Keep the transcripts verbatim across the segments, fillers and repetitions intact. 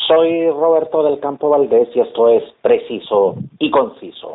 Soy Roberto del Campo Valdés y esto es Preciso y Conciso.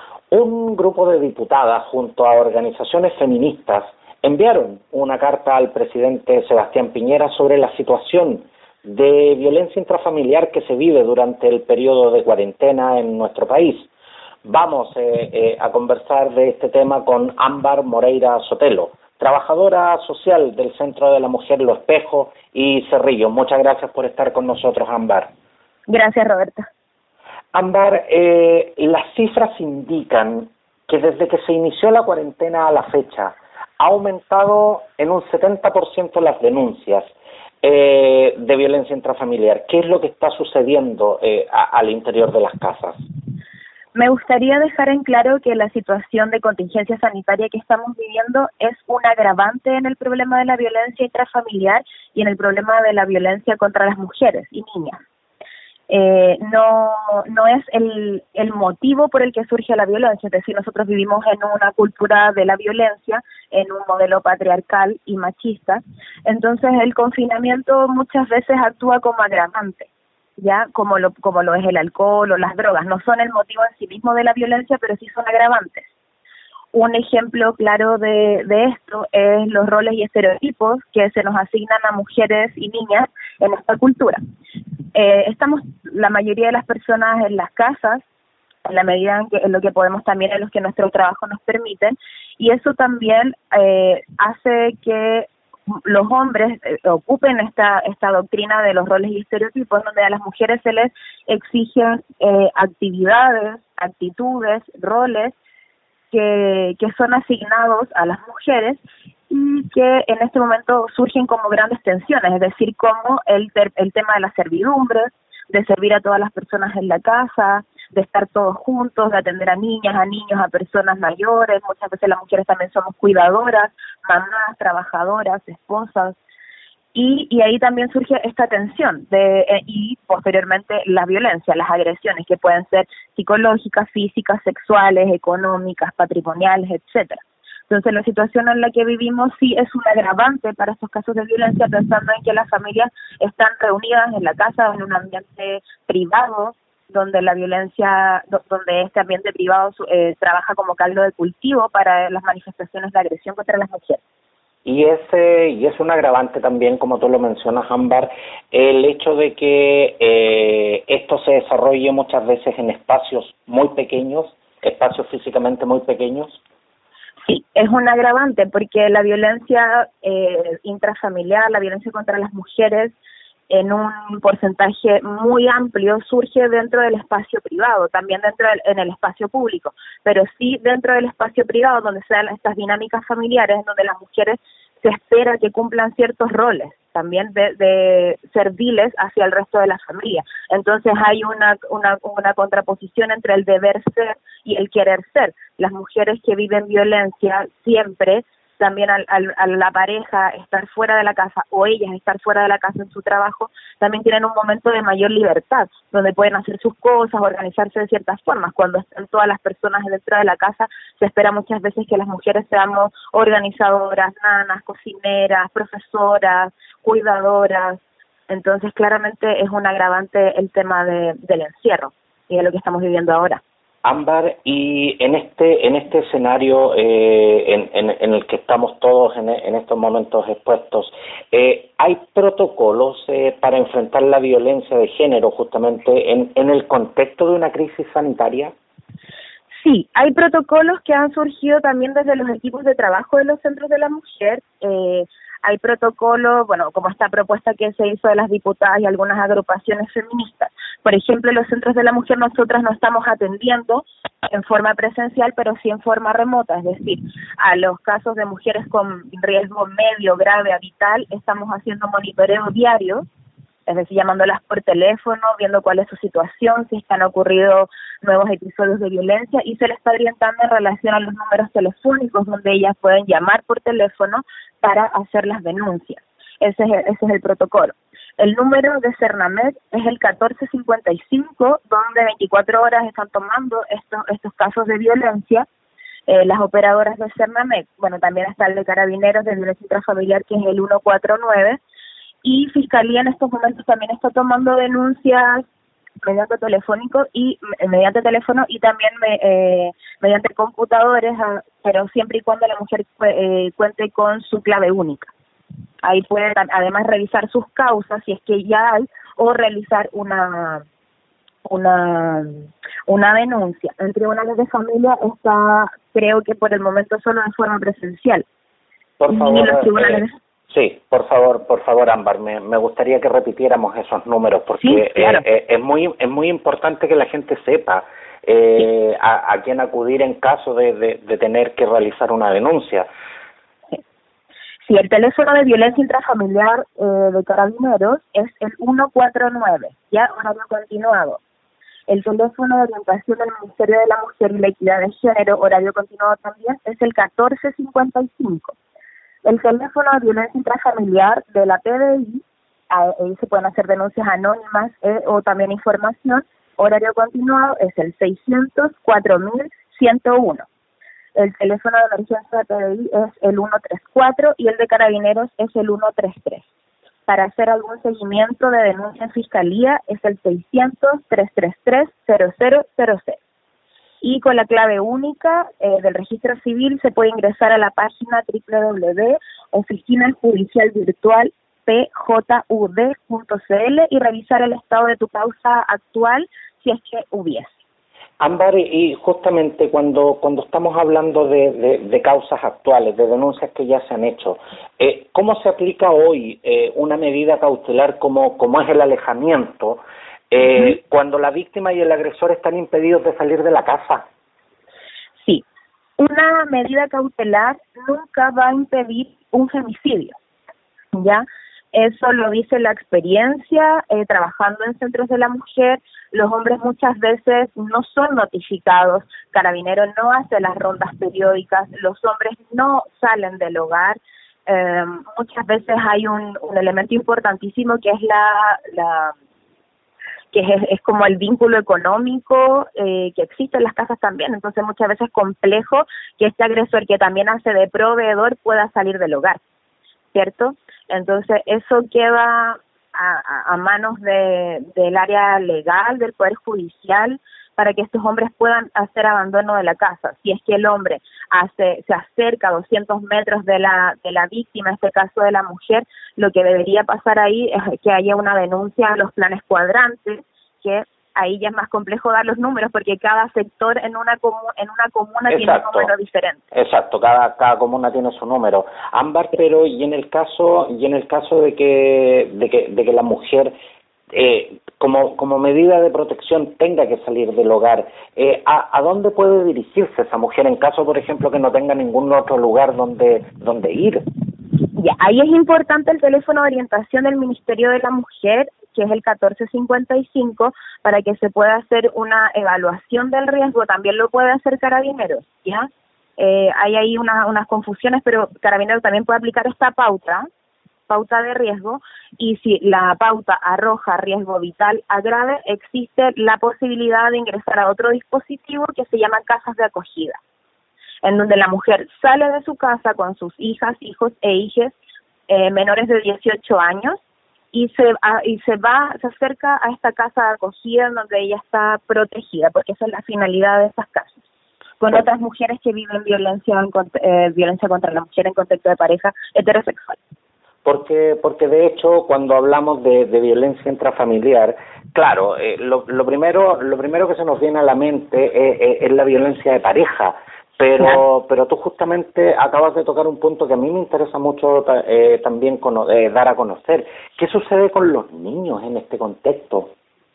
Un grupo de diputadas junto a organizaciones feministas enviaron una carta al presidente Sebastián Piñera sobre la situación de violencia intrafamiliar que se vive durante el periodo de cuarentena en nuestro país. Vamos eh, eh, a conversar de este tema con Ámbar Moreira Sotelo, trabajadora social del Centro de la Mujer Lo Espejo y Cerrillo. Muchas gracias por estar con nosotros, Ámbar. Gracias, Roberta. Ámbar, eh, las cifras indican que desde que se inició la cuarentena a la fecha ha aumentado en un setenta por ciento las denuncias eh, de violencia intrafamiliar. ¿Qué es lo que está sucediendo eh, a, al interior de las casas? Me gustaría dejar en claro que la situación de contingencia sanitaria que estamos viviendo es un agravante en el problema de la violencia intrafamiliar y en el problema de la violencia contra las mujeres y niñas. Eh, no no es el, el motivo por el que surge la violencia, es decir, nosotros vivimos en una cultura de la violencia, en un modelo patriarcal y machista, entonces el confinamiento muchas veces actúa como agravante, ya como lo como lo es el alcohol o las drogas. No son el motivo en sí mismo de la violencia, pero sí son agravantes. Un ejemplo claro de, de esto es los roles y estereotipos que se nos asignan a mujeres y niñas en esta cultura. Eh, estamos la mayoría de las personas en las casas, en la medida en, que, en lo que podemos también, en los que nuestro trabajo nos permiten, y eso también eh, hace que los hombres eh, ocupen esta esta doctrina de los roles y estereotipos, donde a las mujeres se les exigen eh, actividades, actitudes, roles que, que son asignados a las mujeres y que en este momento surgen como grandes tensiones, es decir, como el, el tema de la servidumbre, de servir a todas las personas en la casa, de estar todos juntos, de atender a niñas, a niños, a personas mayores. Muchas veces las mujeres también somos cuidadoras, mamás, trabajadoras, esposas, y, y ahí también surge esta tensión de eh, y posteriormente la violencia, las agresiones que pueden ser psicológicas, físicas, sexuales, económicas, patrimoniales, etcétera. Entonces la situación en la que vivimos sí es un agravante para estos casos de violencia, pensando en que las familias están reunidas en la casa, en un ambiente privado, donde la violencia, donde este ambiente privado eh, trabaja como caldo de cultivo para las manifestaciones de agresión contra las mujeres. Y ese y es un agravante también, como tú lo mencionas, Ámbar, el hecho de que eh, esto se desarrolle muchas veces en espacios muy pequeños, espacios físicamente muy pequeños. Sí, es un agravante porque la violencia eh, intrafamiliar, la violencia contra las mujeres, en un porcentaje muy amplio surge dentro del espacio privado, también dentro del en el espacio público, pero sí dentro del espacio privado donde se dan estas dinámicas familiares, donde las mujeres se espera que cumplan ciertos roles, también de, de serviles hacia el resto de la familia. Entonces hay una, una, una contraposición entre el deber ser y el querer ser. Las mujeres que viven violencia siempre, también al, al, a la pareja estar fuera de la casa o ellas estar fuera de la casa en su trabajo, también tienen un momento de mayor libertad, donde pueden hacer sus cosas, organizarse de ciertas formas. Cuando están todas las personas dentro de la casa, se espera muchas veces que las mujeres seamos organizadoras, nanas, cocineras, profesoras, cuidadoras. Entonces claramente es un agravante el tema de, del encierro y de lo que estamos viviendo ahora. Ámbar, y en este en este escenario eh, en, en, en el que estamos todos en, en estos momentos expuestos, eh, ¿hay protocolos eh, para enfrentar la violencia de género justamente en, en el contexto de una crisis sanitaria? Sí, hay protocolos que han surgido también desde los equipos de trabajo de los centros de la mujer. Eh, hay protocolos, bueno, como esta propuesta que se hizo de las diputadas y algunas agrupaciones feministas. Por ejemplo, en los centros de la mujer nosotras no estamos atendiendo en forma presencial, pero sí en forma remota, es decir, a los casos de mujeres con riesgo medio, grave, a vital, estamos haciendo monitoreo diario, es decir, llamándolas por teléfono, viendo cuál es su situación, si es que han ocurrido nuevos episodios de violencia, y se les está orientando en relación a los números telefónicos donde ellas pueden llamar por teléfono para hacer las denuncias. Ese es el, ese es el protocolo. El número de Cernamed es el catorce cincuenta y cinco, donde veinticuatro horas están tomando estos estos casos de violencia. Eh, las operadoras de Cernamed, bueno, también está el de Carabineros de violencia intrafamiliar, que es el ciento cuarenta y nueve, y Fiscalía en estos momentos también está tomando denuncias mediante telefónico y mediante teléfono y también me, eh, mediante computadores, a, pero siempre y cuando la mujer eh, cuente con su clave única. Ahí puede además revisar sus causas si es que ya hay, o realizar una una una denuncia. En tribunales de familia está, creo que por el momento solo de forma presencial. Por y favor, los tribunales eh, de... sí, por favor, por favor, Ámbar, me, me gustaría que repitiéramos esos números porque sí, claro. eh, eh, es muy es muy importante que la gente sepa eh, sí. a, a quién acudir en caso de, de, de tener que realizar una denuncia. Sí, el teléfono de violencia intrafamiliar eh, de Carabineros es el ciento cuarenta y nueve, ya horario continuado. El teléfono de orientación del Ministerio de la Mujer y la Equidad de Género, horario continuado también, es el catorce cincuenta y cinco. El teléfono de violencia intrafamiliar de la P D I, ahí se pueden hacer denuncias anónimas eh, o también información, horario continuado, es el seiscientos cuatro mil ciento uno. El teléfono de emergencia de P D I es el ciento treinta y cuatro y el de Carabineros es el ciento treinta y tres. Para hacer algún seguimiento de denuncia en Fiscalía es el seiscientos, trescientos treinta y tres, cero cero cero cero. Y con la clave única eh, del registro civil se puede ingresar a la página doble u doble u doble u punto oficina judicial virtual p j u d punto c l y revisar el estado de tu causa actual si es que hubiese. Ámbar, y justamente cuando cuando estamos hablando de, de, de causas actuales, de denuncias que ya se han hecho, eh, ¿cómo se aplica hoy eh, una medida cautelar como, como es el alejamiento eh, uh-huh. cuando la víctima y el agresor están impedidos de salir de la casa? Sí, una medida cautelar nunca va a impedir un femicidio, ¿ya? Eso lo dice la experiencia, eh, trabajando en centros de la mujer, los hombres muchas veces no son notificados, Carabineros no hace las rondas periódicas, los hombres no salen del hogar, eh, muchas veces hay un, un elemento importantísimo que es la... la que es, es como el vínculo económico eh, que existe en las casas también, entonces muchas veces es complejo que este agresor que también hace de proveedor pueda salir del hogar, ¿cierto? Entonces eso queda a, a, a manos de, del área legal, del Poder Judicial, para que estos hombres puedan hacer abandono de la casa. Si es que el hombre hace se acerca a doscientos metros de la de la víctima, en este caso de la mujer, lo que debería pasar ahí es que haya una denuncia a los planes cuadrantes, que ahí ya es más complejo dar los números porque cada sector en una comu en una comuna Exacto. tiene un número diferente. Exacto, cada cada comuna tiene su número. Ámbar, pero y en el caso y en el caso de que de que de que la mujer eh, como como medida de protección tenga que salir del hogar, eh, ¿a, ¿a dónde puede dirigirse esa mujer en caso, por ejemplo, que no tenga ningún otro lugar donde donde ir? Ya, ahí es importante el teléfono de orientación del Ministerio de la Mujer, que es el catorce cincuenta y cinco, para que se pueda hacer una evaluación del riesgo. También lo puede hacer Carabineros, ¿ya? Eh, hay ahí una, unas confusiones, pero Carabineros también puede aplicar esta pauta, pauta de riesgo, y si la pauta arroja riesgo vital a grave, existe la posibilidad de ingresar a otro dispositivo que se llama casas de acogida, en donde la mujer sale de su casa con sus hijas, hijos e hijas eh, menores de dieciocho años y se a, y se va, se acerca a esta casa de acogida en donde ella está protegida, porque esa es la finalidad de estas casas, con otras mujeres que viven violencia en, eh, violencia contra la mujer en contexto de pareja heterosexual. Porque porque de hecho cuando hablamos de, de violencia intrafamiliar, claro, eh, lo, lo primero lo primero que se nos viene a la mente es, es, es la violencia de pareja, pero claro. pero tú justamente acabas de tocar un punto que a mí me interesa mucho eh, también cono, eh, dar a conocer. ¿Qué sucede con los niños en este contexto?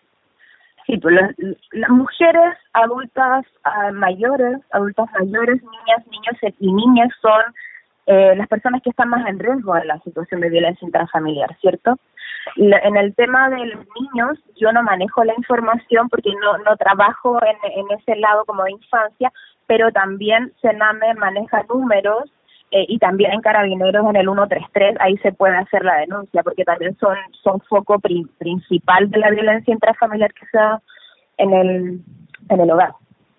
Sí, pues las, las mujeres adultas uh, mayores, adultas mayores, niñas, niños y niñas son Eh, las personas que están más en riesgo en la situación de violencia intrafamiliar, ¿cierto? La, en el tema de los niños, yo no manejo la información porque no no trabajo en, en ese lado como de infancia, pero también Sename maneja números eh, y también en Carabineros en el ciento treinta y tres, ahí se puede hacer la denuncia porque también son son foco pri, principal de la violencia intrafamiliar que se da en el en el hogar.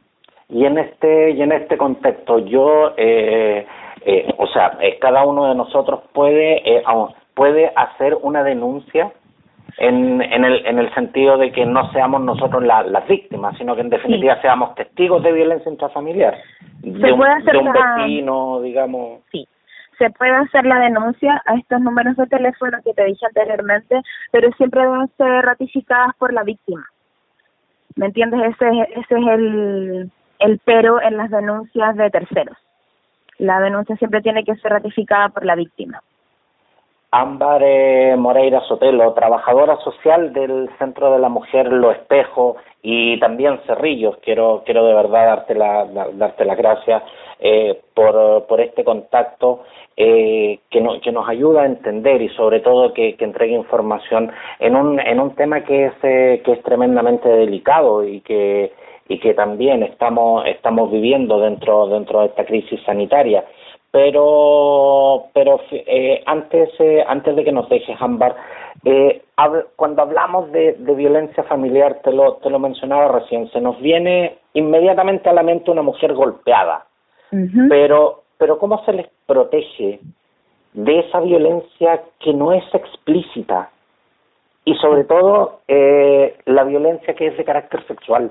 Y en este y en este contexto yo eh, Eh, o sea, eh, cada uno de nosotros puede, eh, puede hacer una denuncia en, en, el, en el sentido de que no seamos nosotros la, las víctimas, sino que en definitiva sí. seamos testigos de violencia intrafamiliar, de un, puede hacer de un la... vecino, digamos. Sí, se puede hacer la denuncia a estos números de teléfono que te dije anteriormente, pero siempre deben ser ratificadas por la víctima. ¿Me entiendes? Ese, ese es el, el pero en las denuncias de terceros. La denuncia siempre tiene que ser ratificada por la víctima. Ámbar eh, Moreira Sotelo, trabajadora social del Centro de la Mujer Lo Espejo y también Cerrillos. Quiero quiero de verdad darte la darte las gracias eh, por por este contacto eh, que no, que nos ayuda a entender y sobre todo que, que entregue información en un en un tema que es eh, que es tremendamente delicado y que y que también estamos estamos viviendo dentro dentro de esta crisis sanitaria. Pero pero eh, antes eh, antes de que nos dejes, Ámbar, eh, hab, cuando hablamos de, de violencia familiar, te lo te lo mencionaba recién, se nos viene inmediatamente a la mente una mujer golpeada. Uh-huh. Pero pero ¿cómo se les protege de esa violencia que no es explícita y sobre todo eh, la violencia que es de carácter sexual?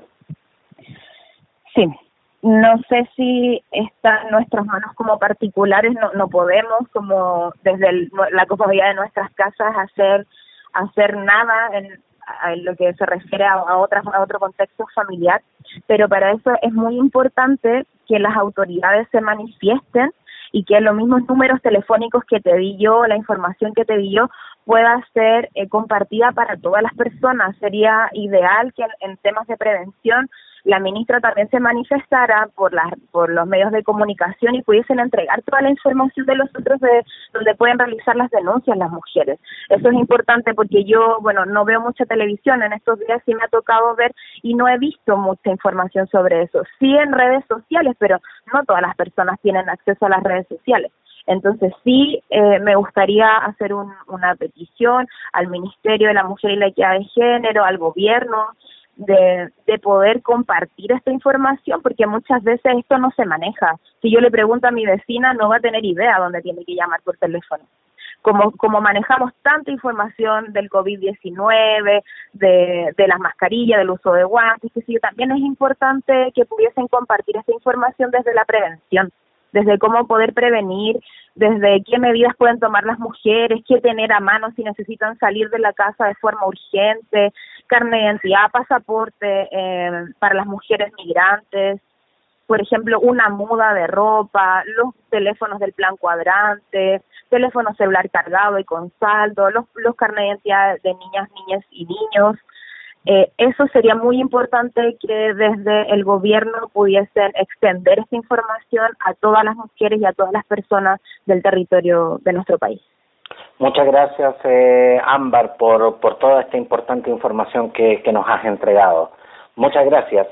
Sí. No sé si está en nuestras manos como particulares, no no podemos como desde el, la comodidad de nuestras casas hacer hacer nada en, en lo que se refiere a, a, otras, a otro contexto familiar, pero para eso es muy importante que las autoridades se manifiesten y que los mismos números telefónicos que te di yo, la información que te di yo, pueda ser eh, compartida para todas las personas. Sería ideal que en, en temas de prevención la ministra también se manifestara por las por los medios de comunicación y pudiesen entregar toda la información de los otros de donde pueden realizar las denuncias las mujeres. Eso es importante porque yo, bueno, no veo mucha televisión en estos días, sí me ha tocado ver y no he visto mucha información sobre eso. Sí en redes sociales, pero no todas las personas tienen acceso a las redes sociales. Entonces sí, eh, me gustaría hacer un, una petición al Ministerio de la Mujer y la Equidad de Género, al gobierno, de, de poder compartir esta información, porque muchas veces esto no se maneja. Si yo le pregunto a mi vecina, no va a tener idea dónde tiene que llamar por teléfono. Como como manejamos tanta información del COVID diecinueve, de, de las mascarillas, del uso de guantes, que sí, también es importante que pudiesen compartir esta información desde la prevención, desde cómo poder prevenir, desde qué medidas pueden tomar las mujeres, qué tener a mano si necesitan salir de la casa de forma urgente, carne de identidad, pasaporte eh, para las mujeres migrantes, por ejemplo, una muda de ropa, los teléfonos del plan cuadrante, teléfono celular cargado y con saldo, los, los carnet de identidad de niñas, niñas y niños. Eh, eso sería muy importante que desde el gobierno pudiesen extender esta información a todas las mujeres y a todas las personas del territorio de nuestro país. Muchas gracias, eh, Ámbar, por, por toda esta importante información que, que nos has entregado. Muchas gracias.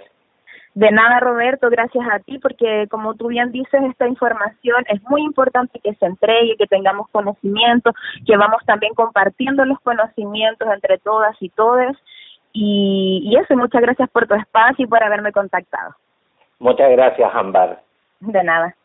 De nada, Roberto, gracias a ti, porque como tú bien dices, esta información es muy importante que se entregue, que tengamos conocimiento, que vamos también compartiendo los conocimientos entre todas y todes. Y, y eso, muchas gracias por tu espacio y por haberme contactado. Muchas gracias, Ámbar. De nada.